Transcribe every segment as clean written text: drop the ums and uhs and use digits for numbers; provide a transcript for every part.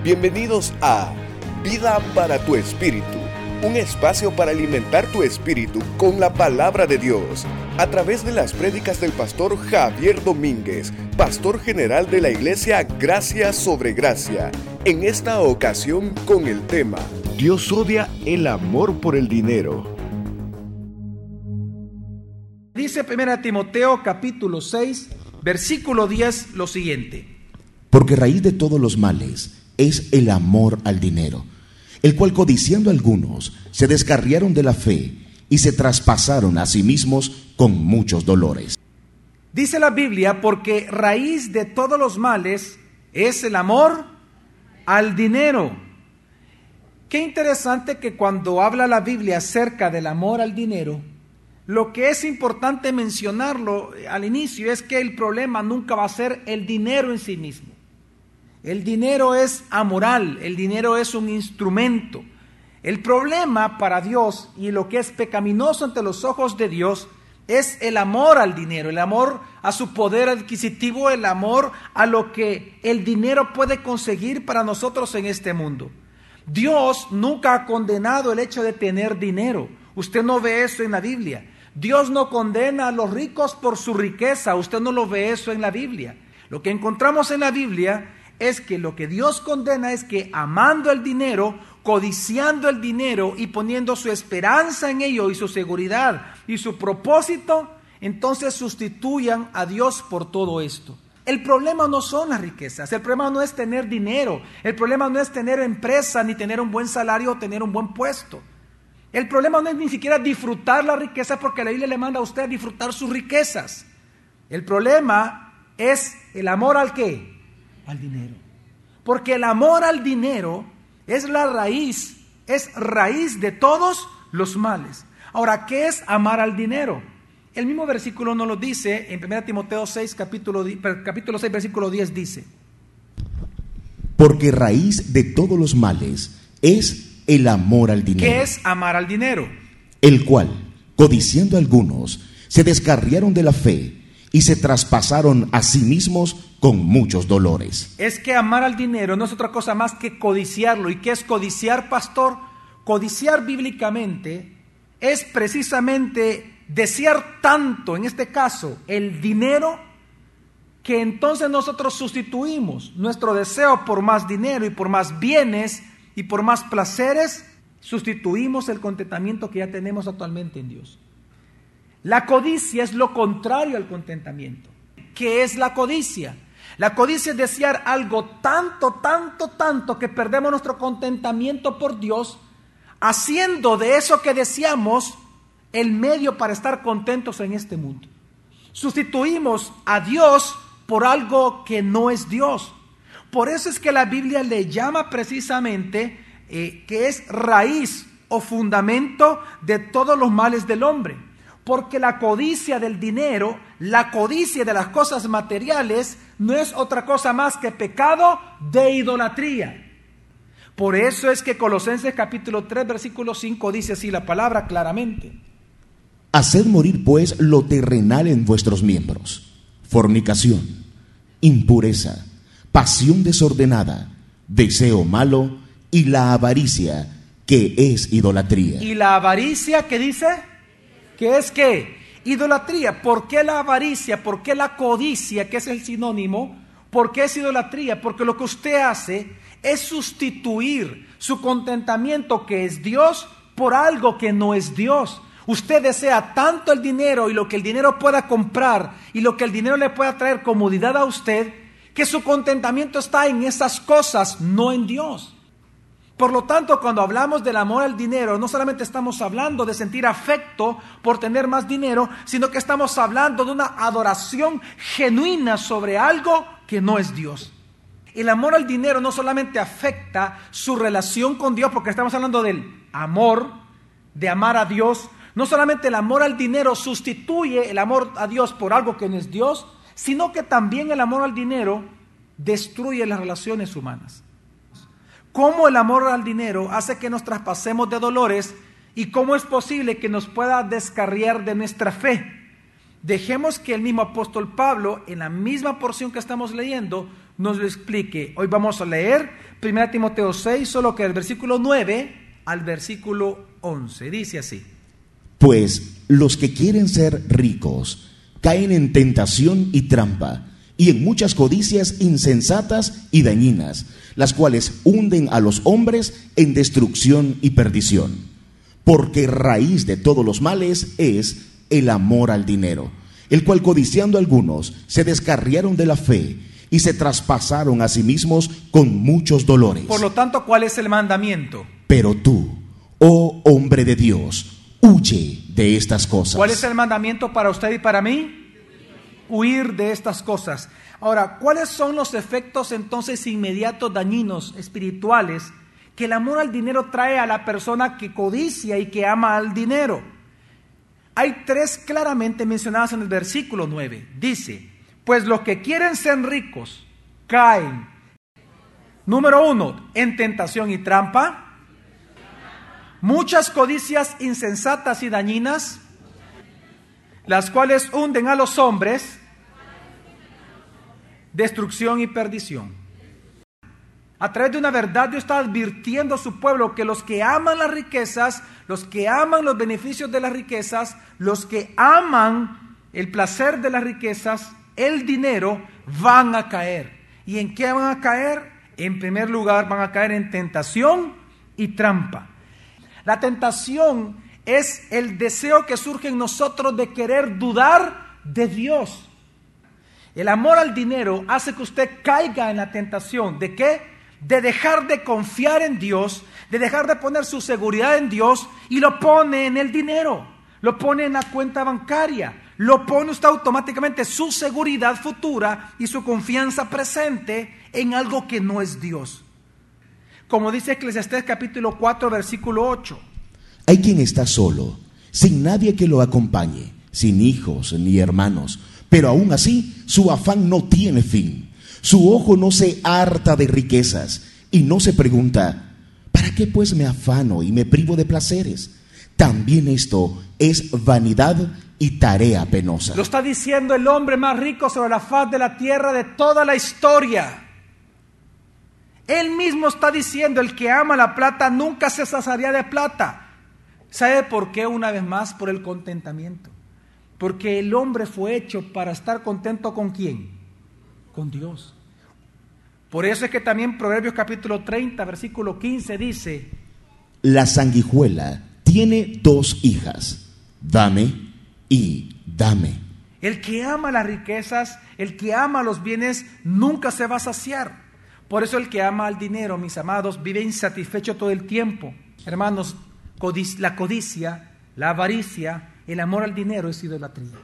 Bienvenidos a Vida para tu Espíritu, un espacio para alimentar tu espíritu con la palabra de Dios, a través de las prédicas del pastor Javier Domínguez, pastor general de la iglesia Gracia sobre Gracia. En esta ocasión con el tema: Dios odia el amor por el dinero. Dice 1 Timoteo capítulo 6, versículo 10 lo siguiente: Porque raíz de todos los males es el amor al dinero, el cual codiciando algunos se descarriaron de la fe y se traspasaron a sí mismos con muchos dolores. Dice la Biblia, porque raíz de todos los males es el amor al dinero. Qué interesante que cuando habla la Biblia acerca del amor al dinero, lo que es importante mencionarlo al inicio es que el problema nunca va a ser el dinero en sí mismo. El dinero es amoral, el dinero es un instrumento. El problema para Dios y lo que es pecaminoso ante los ojos de Dios es el amor al dinero, el amor a su poder adquisitivo, el amor a lo que el dinero puede conseguir para nosotros en este mundo. Dios nunca ha condenado el hecho de tener dinero. Usted no ve eso en la Biblia. Dios no condena a los ricos por su riqueza. Usted no lo ve eso en la Biblia. Lo que encontramos en la Biblia es que lo que Dios condena es que amando el dinero, codiciando el dinero y poniendo su esperanza en ello y su seguridad y su propósito, entonces sustituyan a Dios por todo esto. El problema no son las riquezas, el problema no es tener dinero, el problema no es tener empresa, ni tener un buen salario o tener un buen puesto. El problema no es ni siquiera disfrutar la riqueza, porque la Biblia le manda a usted a disfrutar sus riquezas. El problema es el amor ¿al qué? Al dinero. Porque el amor al dinero es la raíz, es raíz de todos los males. Ahora, ¿qué es amar al dinero? El mismo versículo nos lo dice en 1 Timoteo 6, capítulo 6, versículo 10 dice: Porque raíz de todos los males es el amor al dinero. ¿Qué es amar al dinero? El cual, codiciando algunos, se descarriaron de la fe y se traspasaron a sí mismos con muchos dolores. Es que amar al dinero no es otra cosa más que codiciarlo. ¿Y qué es codiciar, pastor? Codiciar bíblicamente es precisamente desear tanto, en este caso, el dinero, que entonces nosotros sustituimos nuestro deseo por más dinero y por más bienes y por más placeres, sustituimos el contentamiento que ya tenemos actualmente en Dios. La codicia es lo contrario al contentamiento. ¿Qué es la codicia? La codicia es desear algo tanto que perdemos nuestro contentamiento por Dios, haciendo de eso que deseamos el medio para estar contentos en este mundo. Sustituimos a Dios por algo que no es Dios. Por eso es que la Biblia le llama precisamente que es raíz o fundamento de todos los males del hombre. Porque la codicia del dinero, la codicia de las cosas materiales, no es otra cosa más que pecado de idolatría. Por eso es que Colosenses capítulo 3, versículo 5 dice así la palabra claramente: Haced morir pues lo terrenal en vuestros miembros: fornicación, impureza, pasión desordenada, deseo malo y la avaricia, que es idolatría. ¿Y la avaricia qué dice? ¿Qué es qué? Idolatría. ¿Por qué la avaricia? ¿Por qué la codicia, que es el sinónimo? ¿Por qué es idolatría? Porque lo que usted hace es sustituir su contentamiento, que es Dios, por algo que no es Dios. Usted desea tanto el dinero y lo que el dinero pueda comprar y lo que el dinero le pueda traer comodidad a usted, que su contentamiento está en esas cosas, no en Dios. Por lo tanto, cuando hablamos del amor al dinero, no solamente estamos hablando de sentir afecto por tener más dinero, sino que estamos hablando de una adoración genuina sobre algo que no es Dios. El amor al dinero no solamente afecta su relación con Dios, porque estamos hablando del amor, de amar a Dios. No solamente el amor al dinero sustituye el amor a Dios por algo que no es Dios, sino que también el amor al dinero destruye las relaciones humanas. ¿Cómo el amor al dinero hace que nos traspasemos de dolores y cómo es posible que nos pueda descarriar de nuestra fe? Dejemos que el mismo apóstol Pablo, en la misma porción que estamos leyendo, nos lo explique. Hoy vamos a leer 1 Timoteo 6, solo que el versículo 9 al versículo 11. Dice así: Pues los que quieren ser ricos caen en tentación y trampa, y en muchas codicias insensatas y dañinas, las cuales hunden a los hombres en destrucción y perdición. Porque raíz de todos los males es el amor al dinero, el cual codiciando algunos se descarriaron de la fe y se traspasaron a sí mismos con muchos dolores. Por lo tanto, ¿cuál es el mandamiento? Pero tú, oh hombre de Dios, huye de estas cosas. ¿Cuál es el mandamiento para usted y para mí? Huir de estas cosas. Ahora, ¿cuáles son los efectos entonces inmediatos, dañinos, espirituales, que el amor al dinero trae a la persona que codicia y que ama al dinero? Hay tres claramente mencionadas en el versículo 9. Dice: pues los que quieren ser ricos caen, número 1, en tentación y trampa, muchas codicias insensatas y dañinas, las cuales hunden a los hombres, destrucción y perdición. A través de una verdad, Dios está advirtiendo a su pueblo que los que aman las riquezas, los que aman los beneficios de las riquezas, los que aman el placer de las riquezas, el dinero, van a caer. ¿Y en qué van a caer? En primer lugar, van a caer en tentación y trampa. La tentación es el deseo que surge en nosotros de querer dudar de Dios. El amor al dinero hace que usted caiga en la tentación. ¿De qué? De dejar de confiar en Dios, de dejar de poner su seguridad en Dios y lo pone en el dinero, lo pone en la cuenta bancaria, lo pone usted automáticamente su seguridad futura y su confianza presente en algo que no es Dios. Como dice Eclesiastés capítulo 4 versículo 8. Hay quien está solo, sin nadie que lo acompañe, sin hijos ni hermanos, pero aún así su afán no tiene fin. Su ojo no se harta de riquezas y no se pregunta: ¿para qué pues me afano y me privo de placeres? También esto es vanidad y tarea penosa. Lo está diciendo el hombre más rico sobre la faz de la tierra de toda la historia. Él mismo está diciendo: el que ama la plata nunca se saciará de plata. ¿Sabe por qué? Una vez más, por el contentamiento. Porque el hombre fue hecho para estar contento ¿con quién? Con Dios. Por eso es que también Proverbios capítulo 30 versículo 15 dice: la sanguijuela tiene 2 hijas, dame y dame. El que ama las riquezas, el que ama los bienes, nunca se va a saciar. Por eso el que ama al dinero, mis amados, vive insatisfecho todo el tiempo. Hermanos, la codicia, la avaricia, el amor al dinero es idolatría.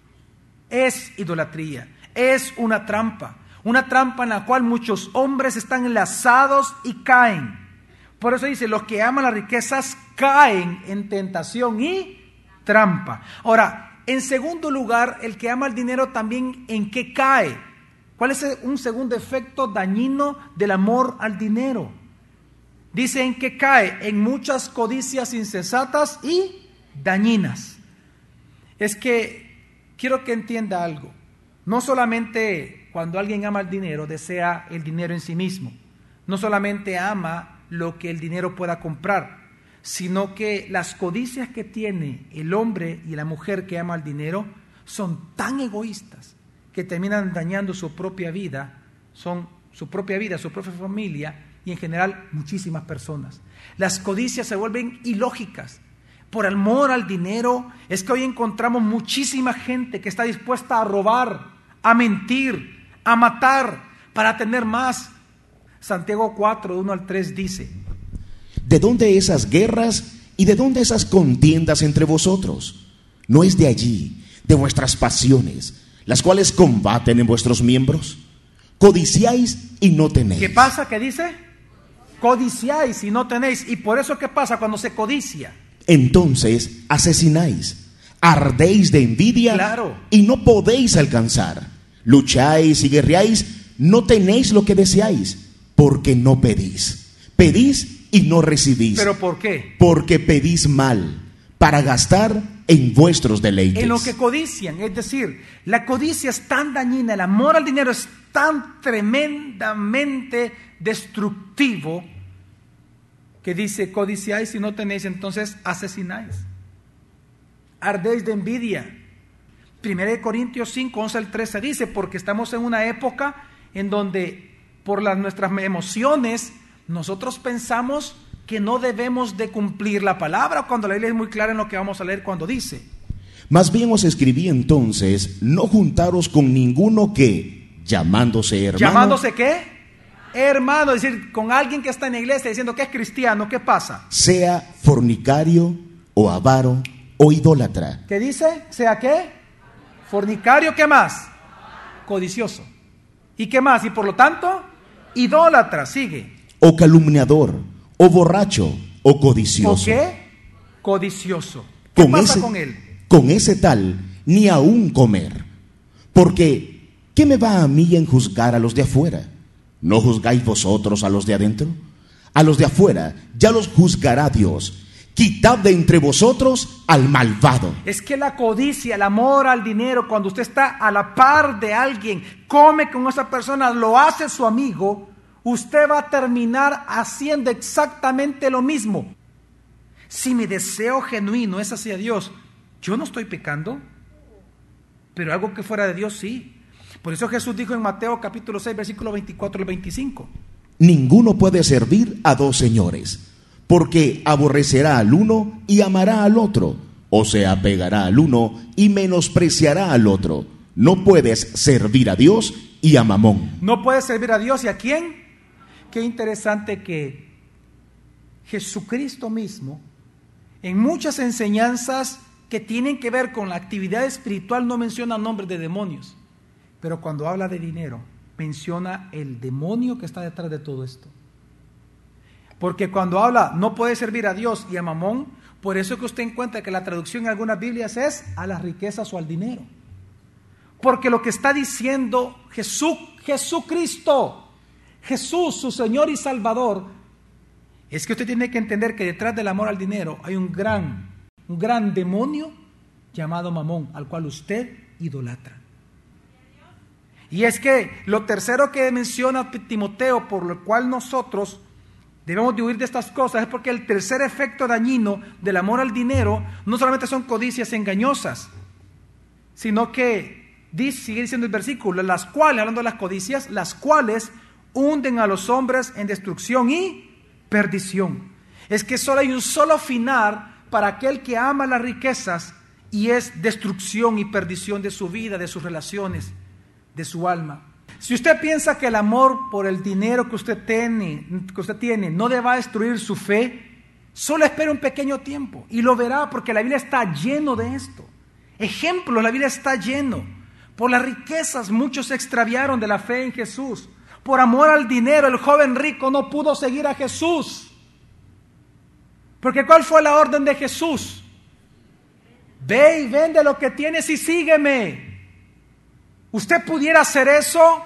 Es idolatría, es una trampa en la cual muchos hombres están enlazados y caen. Por eso dice: los que aman las riquezas caen en tentación y trampa. Ahora, en segundo lugar, el que ama el dinero también, ¿en qué cae? ¿Cuál es un segundo efecto dañino del amor al dinero? Dice: ¿en qué cae? En muchas codicias insensatas y dañinas. Es que quiero que entienda algo. No solamente cuando alguien ama el dinero, desea el dinero en sí mismo. No solamente ama lo que el dinero pueda comprar, sino que las codicias que tiene el hombre y la mujer que ama el dinero son tan egoístas que terminan dañando su propia vida, su propia familia y en general muchísimas personas. Las codicias se vuelven ilógicas. Por amor al dinero es que hoy encontramos muchísima gente que está dispuesta a robar, a mentir, a matar para tener más. Santiago 4, 1 al 3 dice: ¿de dónde esas guerras y de dónde esas contiendas entre vosotros? ¿No es de allí, de vuestras pasiones, las cuales combaten en vuestros miembros? Codiciáis y no tenéis. ¿Qué pasa? ¿Qué dice? Codiciáis y no tenéis. ¿Y por eso qué pasa cuando se codicia? Entonces asesináis, ardéis de envidia, claro, y no podéis alcanzar. Lucháis y guerreáis, no tenéis lo que deseáis, porque no pedís. Pedís y no recibís. ¿Pero por qué? Porque pedís mal, para gastar en vuestros deleites. En lo que codician, es decir, la codicia es tan dañina, el amor al dinero es tan tremendamente destructivo que dice: codiciáis y no tenéis, entonces asesináis. Ardéis de envidia. 1 Corintios 5, 11 al 13 dice: porque estamos en una época en donde por nuestras emociones nosotros pensamos que no debemos de cumplir la palabra, cuando la Biblia es muy clara en lo que vamos a leer cuando dice: Más bien os escribí entonces, no juntaros con ninguno que, llamándose hermano. ¿Llamándose qué? Hermano, es decir, con alguien que está en la iglesia diciendo que es cristiano, ¿qué pasa? Sea fornicario o avaro o idólatra. ¿Qué dice? ¿Sea qué? Fornicario, ¿qué más? Codicioso. ¿Y qué más? Y por lo tanto, idólatra, sigue. O calumniador, o borracho, o codicioso. ¿O qué? Codicioso. ¿Qué pasa con él? Con ese tal, ni aún comer. Porque, ¿qué me va a mí en juzgar a los de afuera? ¿No juzgáis vosotros a los de adentro? A los de afuera ya los juzgará Dios. Quitad de entre vosotros al malvado. Es que la codicia, el amor al dinero, cuando usted está a la par de alguien, come con esa persona, lo hace su amigo, usted va a terminar haciendo exactamente lo mismo. Si mi deseo genuino es hacia Dios, yo no estoy pecando, pero algo que fuera de Dios sí. Por eso Jesús dijo en Mateo capítulo 6, versículo 24 al 25: Ninguno puede servir a dos señores, porque aborrecerá al uno y amará al otro, o se apegará al uno y menospreciará al otro. No puedes servir a Dios y a Mamón. No puedes servir a Dios y ¿a quién? Qué interesante que Jesucristo mismo, en muchas enseñanzas que tienen que ver con la actividad espiritual, no menciona nombres de demonios, pero cuando habla de dinero, menciona el demonio que está detrás de todo esto. Porque cuando habla, no puede servir a Dios y a Mamón, por eso que usted encuentra que la traducción en algunas Biblias es a las riquezas o al dinero. Porque lo que está diciendo Jesucristo, Jesús, su Señor y Salvador, es que usted tiene que entender que detrás del amor al dinero hay un gran demonio llamado Mamón, al cual usted idolatra. Y es que lo tercero que menciona Timoteo, por lo cual nosotros debemos de huir de estas cosas, es porque el tercer efecto dañino del amor al dinero no solamente son codicias engañosas, sino que sigue diciendo el versículo, las cuales, hablando de las codicias, las cuales hunden a los hombres en destrucción y perdición. Es que solo hay un solo final para aquel que ama las riquezas, y es destrucción y perdición de su vida, de sus relaciones, de su alma. Si usted piensa que el amor por el dinero que usted tiene no le va a destruir su fe, solo espere un pequeño tiempo y lo verá, porque la Biblia está lleno de esto. Ejemplos, la Biblia está lleno. Por las riquezas muchos se extraviaron de la fe en Jesús. Por amor al dinero el joven rico no pudo seguir a Jesús. Porque ¿cuál fue la orden de Jesús? Ve y vende lo que tienes y sígueme. ¿Usted pudiera hacer eso?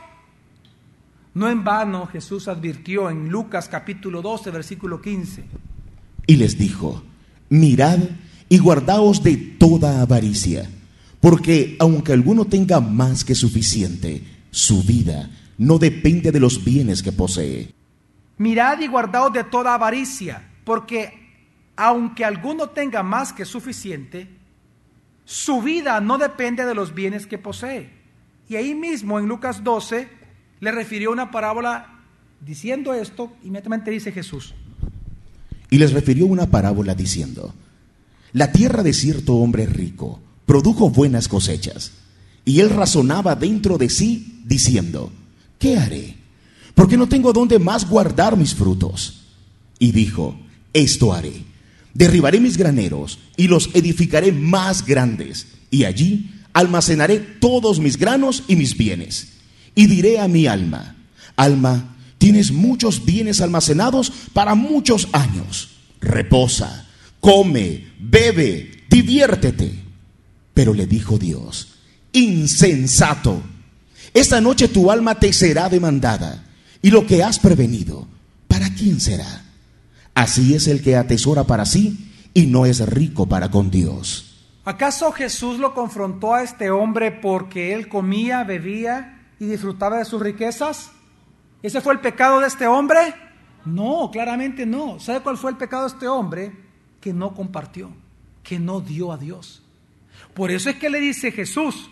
No en vano Jesús advirtió en Lucas capítulo 12, versículo 15. Y les dijo: mirad y guardaos de toda avaricia, porque aunque alguno tenga más que suficiente, su vida no depende de los bienes que posee. Mirad y guardaos de toda avaricia, porque aunque alguno tenga más que suficiente, su vida no depende de los bienes que posee. Y ahí mismo en Lucas 12 le refirió una parábola diciendo esto. Inmediatamente dice Jesús: y les refirió una parábola diciendo: la tierra de cierto hombre rico produjo buenas cosechas, y él razonaba dentro de sí diciendo: ¿qué haré? Porque no tengo dónde más guardar mis frutos. Y dijo: esto haré: derribaré mis graneros y los edificaré más grandes, y allí almacenaré todos mis granos y mis bienes. Y diré a mi alma: alma, tienes muchos bienes almacenados para muchos años. Reposa, come, bebe, diviértete. Pero le dijo Dios: insensato, esta noche tu alma te será demandada, y lo que has prevenido, ¿para quién será? Así es el que atesora para sí y no es rico para con Dios. ¿Acaso Jesús lo confrontó a este hombre porque él comía, bebía y disfrutaba de sus riquezas? ¿Ese fue el pecado de este hombre? No, claramente no. ¿Sabe cuál fue el pecado de este hombre? Que no compartió, que no dio a Dios. Por eso es que le dice Jesús: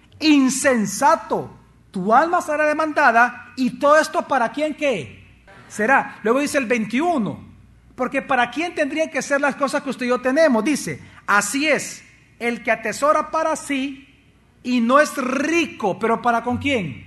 insensato, tu alma será demandada, y todo esto ¿para quién qué? Será. Luego dice el 21, porque ¿para quién tendrían que ser las cosas que usted y yo tenemos? Dice, así es, el que atesora para sí y no es rico, pero ¿para con quién?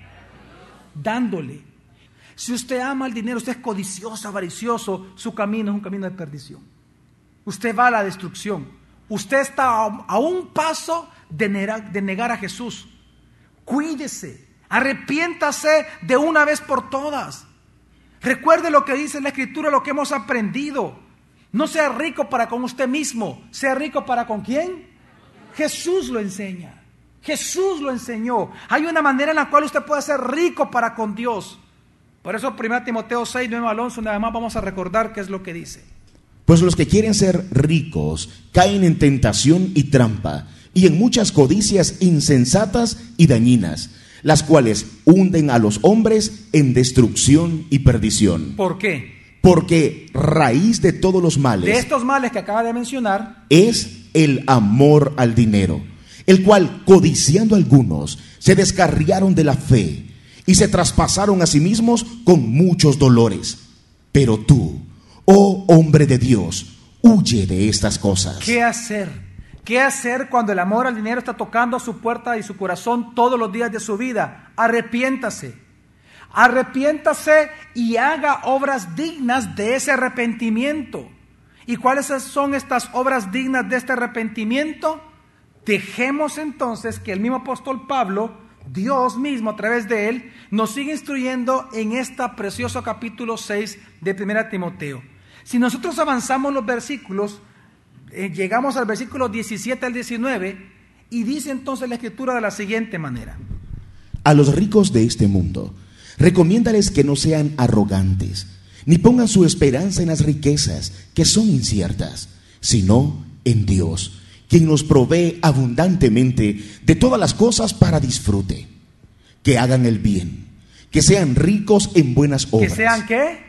Dándole. Si usted ama el dinero, usted es codicioso, avaricioso, su camino es un camino de perdición. Usted va a la destrucción. Usted está a un paso de negar a Jesús. Cuídese, arrepiéntase de una vez por todas. Recuerde lo que dice la Escritura, lo que hemos aprendido. No sea rico para con usted mismo, sea rico para con ¿quién? Jesús lo enseña. Jesús lo enseñó. Hay una manera en la cual usted puede ser rico para con Dios. Por eso 1 Timoteo 6, 9 al 11, nada más vamos a recordar qué es lo que dice. Pues los que quieren ser ricos caen en tentación y trampa, y en muchas codicias insensatas y dañinas, las cuales hunden a los hombres en destrucción y perdición. ¿Por qué? Porque raíz de todos los males, de estos males que acaba de mencionar, es el amor al dinero, el cual, codiciando algunos, se descarriaron de la fe y se traspasaron a sí mismos con muchos dolores. Pero tú, oh hombre de Dios, huye de estas cosas. ¿Qué hacer? ¿Qué hacer cuando el amor al dinero está tocando a su puerta y su corazón todos los días de su vida? Arrepiéntase. Arrepiéntase y haga obras dignas de ese arrepentimiento. ¿Y cuáles son estas obras dignas de este arrepentimiento? Dejemos entonces que el mismo apóstol Pablo, Dios mismo a través de él, nos sigue instruyendo en este precioso capítulo 6 de 1 Timoteo. Si nosotros avanzamos los versículos, llegamos al versículo 17 al 19, y dice entonces la Escritura de la siguiente manera: a los ricos de este mundo, recomiéndales que no sean arrogantes, ni pongan su esperanza en las riquezas, que son inciertas, sino en Dios, quien nos provee abundantemente de todas las cosas para disfrute. Que hagan el bien, que sean ricos en buenas obras. ¿Que sean qué?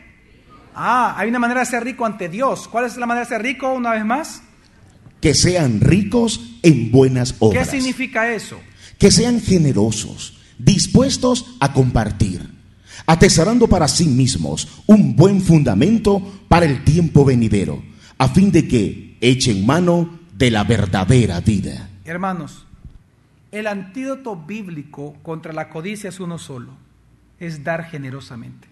Hay una manera de ser rico ante Dios. ¿Cuál es la manera de ser rico una vez más? Que sean ricos en buenas obras. ¿Qué significa eso? Que sean generosos, dispuestos a compartir, atesorando para sí mismos un buen fundamento para el tiempo venidero, a fin de que echen mano de la verdadera vida. Hermanos, el antídoto bíblico contra la codicia es uno solo: es dar generosamente.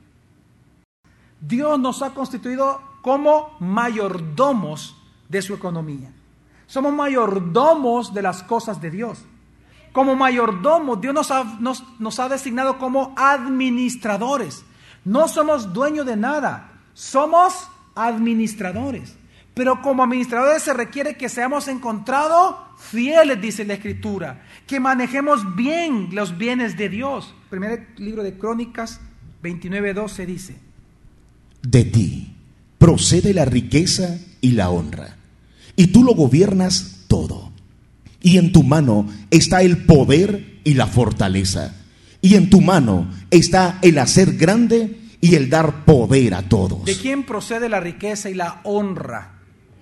Dios nos ha constituido como mayordomos de su economía. Somos mayordomos de las cosas de Dios. Como mayordomos, Dios nos ha designado como administradores. No somos dueños de nada, somos administradores. Pero como administradores se requiere que seamos encontrados fieles, dice la Escritura, que manejemos bien los bienes de Dios. Primer libro de Crónicas 29:12 dice: de ti procede la riqueza y la honra, y tú lo gobiernas todo. Y en tu mano está el poder y la fortaleza, y en tu mano está el hacer grande y el dar poder a todos. ¿De quién procede la riqueza y la honra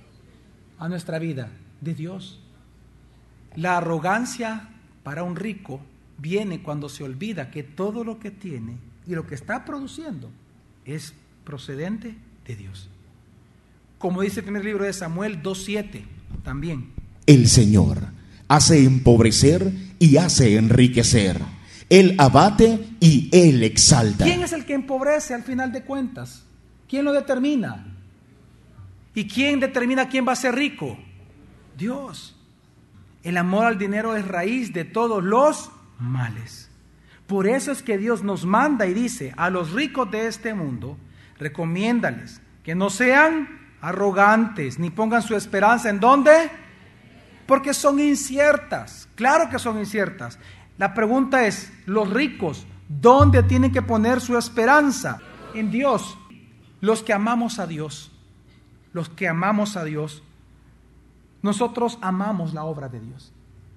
a nuestra vida? De Dios. La arrogancia para un rico viene cuando se olvida que todo lo que tiene y lo que está produciendo es procedente de Dios. Como dice el primer libro de Samuel 2:7 también. El Señor hace empobrecer y hace enriquecer. Él abate y Él exalta. ¿Quién es el que empobrece al final de cuentas? ¿Quién lo determina? ¿Y quién determina quién va a ser rico? Dios. El amor al dinero es raíz de todos los males. Por eso es que Dios nos manda y dice a los ricos de este mundo: recomiéndales que no sean arrogantes, ni pongan su esperanza ¿en dónde? Porque son inciertas. Claro que son inciertas. La pregunta es: los ricos, ¿dónde tienen que poner su esperanza? En Dios. Los que amamos a Dios, nosotros amamos la obra de Dios.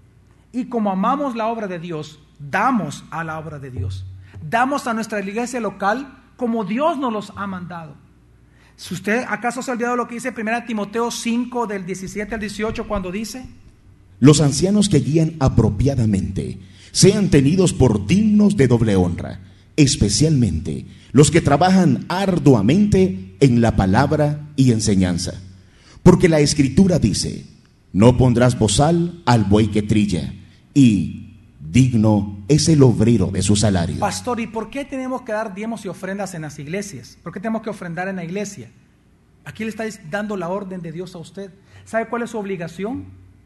Y como amamos la obra de Dios, damos a la obra de Dios. Damos a nuestra iglesia local como Dios nos los ha mandado. Si usted acaso se ha olvidado lo que dice 1 Timoteo 5 del 17 al 18 cuando dice: los ancianos que guían apropiadamente sean tenidos por dignos de doble honra, especialmente los que trabajan arduamente en la palabra y enseñanza. Porque la Escritura dice: no pondrás bozal al buey que trilla, y digno es el obrero de su salario. Pastor, ¿y por qué tenemos que dar diezmos y ofrendas en las iglesias? ¿Por qué tenemos que ofrendar en la iglesia? Aquí le está dando la orden de Dios a usted. ¿Sabe cuál es su obligación?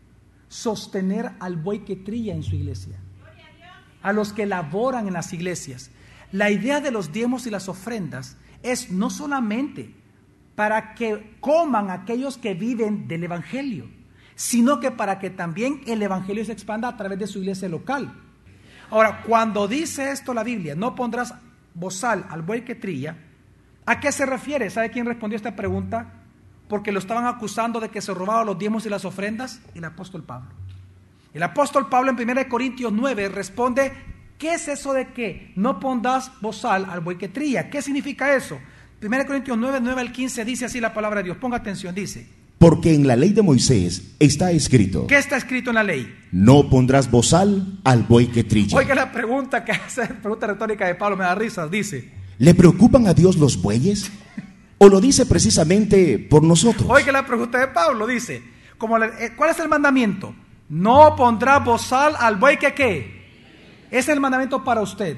Sostener al buey que trilla en su iglesia, a los que laboran en las iglesias. La idea de los diezmos y las ofrendas es no solamente para que coman aquellos que viven del evangelio, sino que para que también el evangelio se expanda a través de su iglesia local. Ahora, cuando dice esto la Biblia, no pondrás bozal al buey que trilla, ¿a qué se refiere? ¿Sabe quién respondió a esta pregunta? Porque lo estaban acusando de que se robaba los diezmos y las ofrendas. El apóstol Pablo. El apóstol Pablo en 1 Corintios 9 responde: ¿qué es eso de que no pondrás bozal al buey que trilla? ¿Qué significa eso? 1 Corintios 9, 9 al 15 dice así la palabra de Dios. Ponga atención, dice: porque en la ley de Moisés está escrito. ¿Qué está escrito en la ley? No pondrás bozal al buey que trilla. Oiga la pregunta que hace, pregunta retórica de Pablo, me da risas, dice: ¿le preocupan a Dios los bueyes? ¿O lo dice precisamente por nosotros? Oiga la pregunta de Pablo, dice, ¿cuál es el mandamiento? No pondrás bozal al buey que ¿qué? Ese es el mandamiento para usted.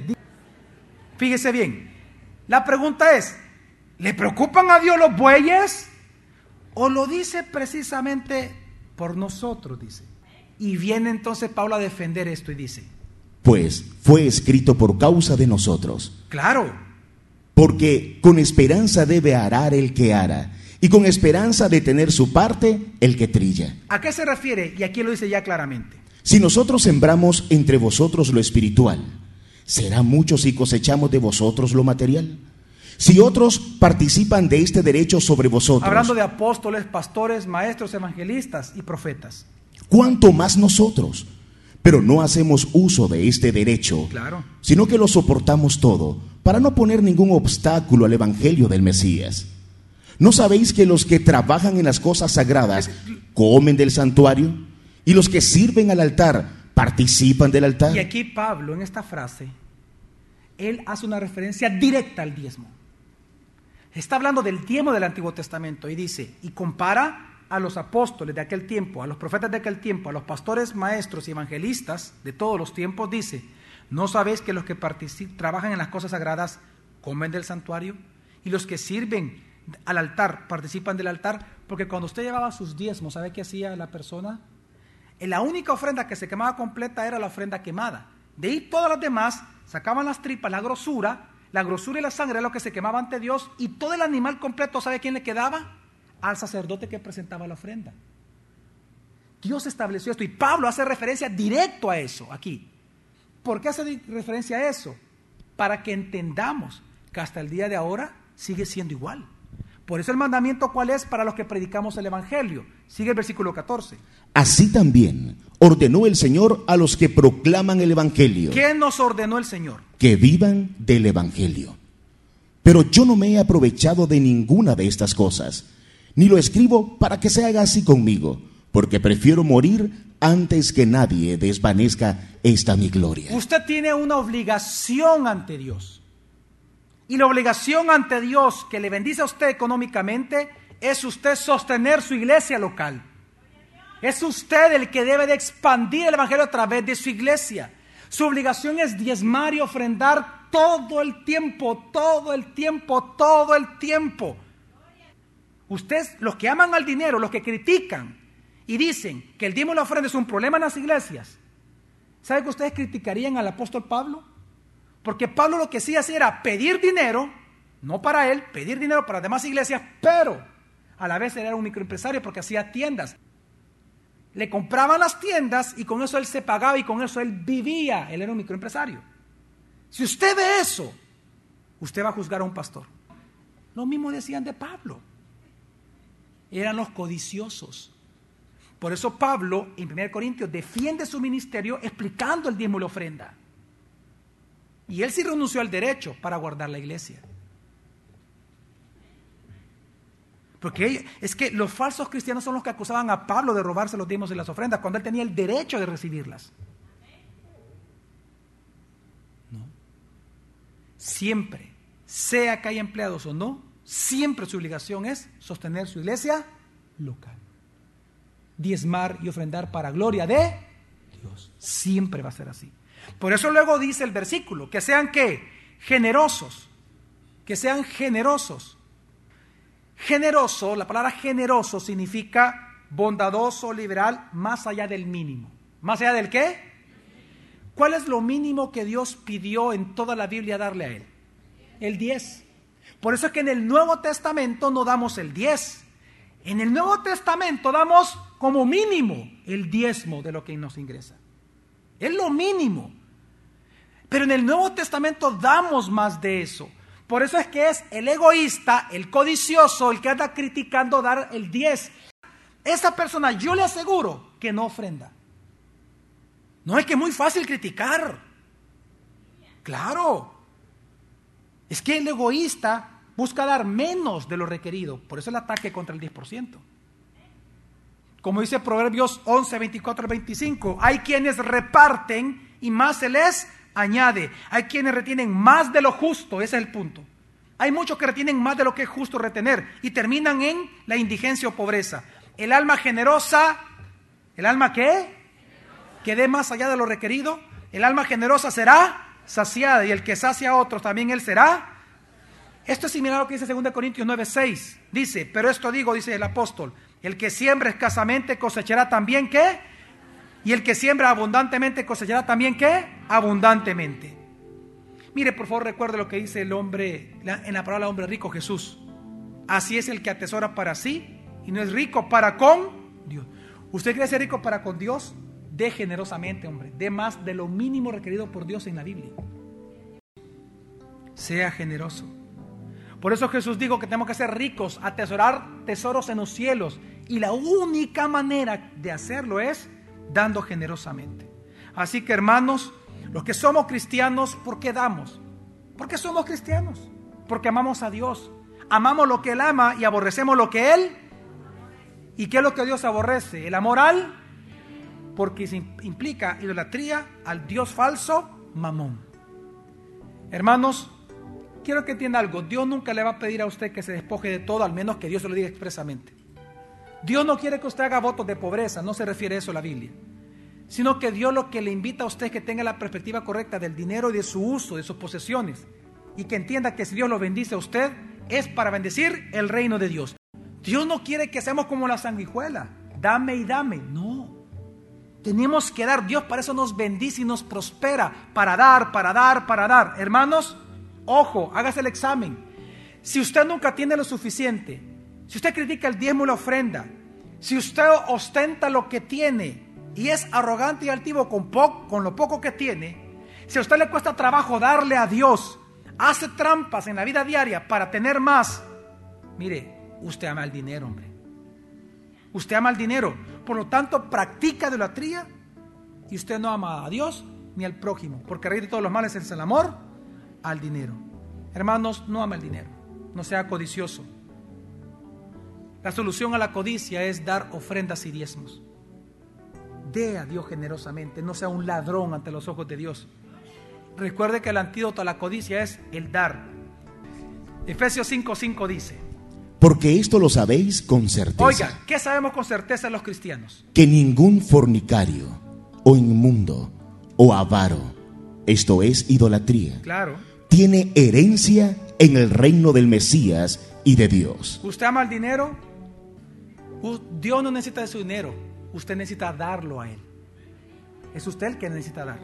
Fíjese bien, la pregunta es, ¿le preocupan a Dios los bueyes? ¿O lo dice precisamente por nosotros? Dice. Y viene entonces Pablo a defender esto y dice: pues fue escrito por causa de nosotros. Claro. Porque con esperanza debe arar el que ara, y con esperanza de tener su parte el que trilla. ¿A qué se refiere? Y aquí lo dice ya claramente. Si nosotros sembramos entre vosotros lo espiritual, ¿será mucho si cosechamos de vosotros lo material? Si otros participan de este derecho sobre vosotros, hablando de apóstoles, pastores, maestros, evangelistas y profetas, ¿cuánto más nosotros? Pero no hacemos uso de este derecho, claro, sino que lo soportamos todo, para no poner ningún obstáculo al evangelio del Mesías. ¿No sabéis que los que trabajan en las cosas sagradas comen del santuario? Y los que sirven al altar participan del altar. Y aquí Pablo, en esta frase, él hace una referencia directa al diezmo. Está hablando del diezmo del Antiguo Testamento y dice, y compara a los apóstoles de aquel tiempo, a los profetas de aquel tiempo, a los pastores, maestros y evangelistas de todos los tiempos, dice: ¿no sabéis que los que trabajan en las cosas sagradas comen del santuario? Y los que sirven al altar participan del altar. Porque cuando usted llevaba sus diezmos, ¿sabe qué hacía la persona? La única ofrenda que se quemaba completa era la ofrenda quemada. De ahí todas las demás sacaban las tripas, la grosura y la sangre era lo que se quemaba ante Dios, y todo el animal completo, ¿sabe quién le quedaba? Al sacerdote que presentaba la ofrenda. Dios estableció esto y Pablo hace referencia directo a eso aquí. ¿Por qué hace referencia a eso? Para que entendamos que hasta el día de ahora sigue siendo igual. Por eso el mandamiento, ¿cuál es? Para los que predicamos el evangelio. Sigue el versículo 14. Así también ordenó el Señor a los que proclaman el evangelio. ¿Qué nos ordenó el Señor? Que vivan del evangelio. Pero yo no me he aprovechado de ninguna de estas cosas, ni lo escribo para que se haga así conmigo, porque prefiero morir antes que nadie desvanezca esta mi gloria. Usted tiene una obligación ante Dios. Y la obligación ante Dios que le bendice a usted económicamente es usted sostener su iglesia local. Es usted el que debe de expandir el evangelio a través de su iglesia. Su obligación es diezmar y ofrendar todo el tiempo, todo el tiempo, todo el tiempo. Ustedes, los que aman al dinero, los que critican y dicen que el diezmo y la ofrenda es un problema en las iglesias, ¿saben que ustedes criticarían al apóstol Pablo? Porque Pablo lo que sí hacía era pedir dinero, no para él, pedir dinero para las demás iglesias, pero a la vez él era un microempresario porque hacía tiendas. Le compraban las tiendas y con eso él se pagaba y con eso él vivía. Él era un microempresario. Si usted ve eso, usted va a juzgar a un pastor. Lo mismo decían de Pablo. Eran los codiciosos. Por eso Pablo en 1 Corintios defiende su ministerio explicando el diezmo y la ofrenda. Y él sí renunció al derecho para guardar la iglesia. Porque es que los falsos cristianos son los que acusaban a Pablo de robarse los diezmos y las ofrendas cuando él tenía el derecho de recibirlas. ¿No? Siempre, sea que haya empleados o no, siempre su obligación es sostener su iglesia local. Diezmar y ofrendar para gloria de Dios. Siempre va a ser así. Por eso luego dice el versículo, que sean ¿qué? Generosos. Que sean generosos. Generoso, la palabra generoso significa bondadoso, liberal, más allá del mínimo. ¿Más allá del qué? ¿Cuál es lo mínimo que Dios pidió en toda la Biblia darle a él? El 10. Por eso es que en el Nuevo Testamento no damos el 10. En el Nuevo Testamento damos como mínimo el diezmo de lo que nos ingresa. Es lo mínimo. Pero en el Nuevo Testamento damos más de eso. Por eso es que es el egoísta, el codicioso, el que anda criticando dar el 10. Esa persona, yo le aseguro que no ofrenda. No, es que es muy fácil criticar. Claro. Es que el egoísta busca dar menos de lo requerido. Por eso el ataque contra el 10%. Como dice Proverbios 11, 24 al 25, hay quienes reparten y más se les añade. Hay quienes retienen más de lo justo, ese es el punto. Hay muchos que retienen más de lo que es justo retener y terminan en la indigencia o pobreza. El alma generosa, ¿el alma qué? Que dé más allá de lo requerido. El alma generosa será saciada y el que sacia a otros también él será. Esto es similar a lo que dice 2 Corintios 9, 6. Dice, pero esto digo, dice el apóstol, el que siembra escasamente cosechará también ¿qué? Y el que siembra abundantemente cosechará también ¿qué? Abundantemente. Mire, por favor, recuerde lo que dice el hombre, en la palabra hombre rico, Jesús. Así es el que atesora para sí y no es rico para con Dios. ¿Usted quiere ser rico para con Dios? Dé generosamente, hombre. Dé más de lo mínimo requerido por Dios en la Biblia. Sea generoso. Por eso Jesús dijo que tenemos que ser ricos, atesorar tesoros en los cielos. Y la única manera de hacerlo es dando generosamente. Así que, hermanos, los que somos cristianos, ¿por qué damos? Porque somos cristianos. Porque amamos a Dios. Amamos lo que Él ama y aborrecemos lo que Él. ¿Y qué es lo que Dios aborrece? El amor al, porque implica idolatría al Dios falso, Mamón. Hermanos, quiero que entienda algo. Dios nunca le va a pedir a usted que se despoje de todo, al menos que Dios se lo diga expresamente. Dios no quiere que usted haga votos de pobreza, no se refiere a eso la Biblia. Sino que Dios lo que le invita a usted es que tenga la perspectiva correcta del dinero y de su uso, de sus posesiones. Y que entienda que si Dios lo bendice a usted, es para bendecir el reino de Dios. Dios no quiere que seamos como la sanguijuela. Dame y dame. No. Tenemos que dar. Dios para eso nos bendice y nos prospera. Para dar, para dar, para dar. Hermanos, ojo, hágase el examen. Si usted nunca tiene lo suficiente, si usted critica el diezmo y la ofrenda, si usted ostenta lo que tiene y es arrogante y altivo con lo poco que tiene, si a usted le cuesta trabajo darle a Dios, hace trampas en la vida diaria para tener más, mire, usted ama el dinero, hombre. Usted ama el dinero, por lo tanto practica idolatría y usted no ama a Dios ni al prójimo, porque raíz de todos los males es el amor al dinero. Hermanos, no ama el dinero, no sea codicioso. La solución a la codicia es dar ofrendas y diezmos. Dé a Dios generosamente, no sea un ladrón ante los ojos de Dios. Recuerde que el antídoto a la codicia es el dar. Efesios 5:5 dice: porque esto lo sabéis con certeza. Oiga, ¿qué sabemos con certeza los cristianos? Que ningún fornicario, o inmundo, o avaro, esto es idolatría, claro, tiene herencia en el reino del Mesías y de Dios. ¿Usted ama el dinero? Dios no necesita de su dinero, usted necesita darlo a Él. Es usted el que necesita dar.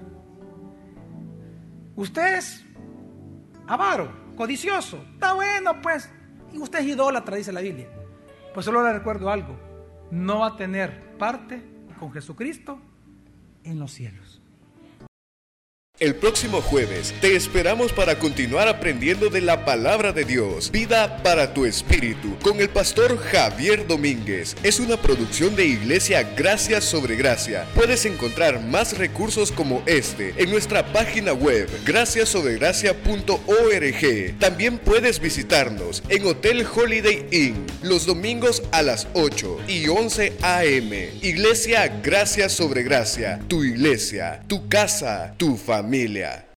Usted es avaro, codicioso, está bueno pues, y usted es idólatra, dice la Biblia. Pues solo le recuerdo algo: no va a tener parte con Jesucristo en los cielos. El próximo jueves te esperamos para continuar aprendiendo de la palabra de Dios. Vida para tu espíritu con el pastor Javier Domínguez. Es una producción de Iglesia Gracia sobre Gracia. Puedes encontrar más recursos como este en nuestra página web graciasobregracia.org. También puedes visitarnos en Hotel Holiday Inn los domingos a las 8 y 11 a.m. Iglesia Gracia sobre Gracia. Tu iglesia, tu casa, tu familia.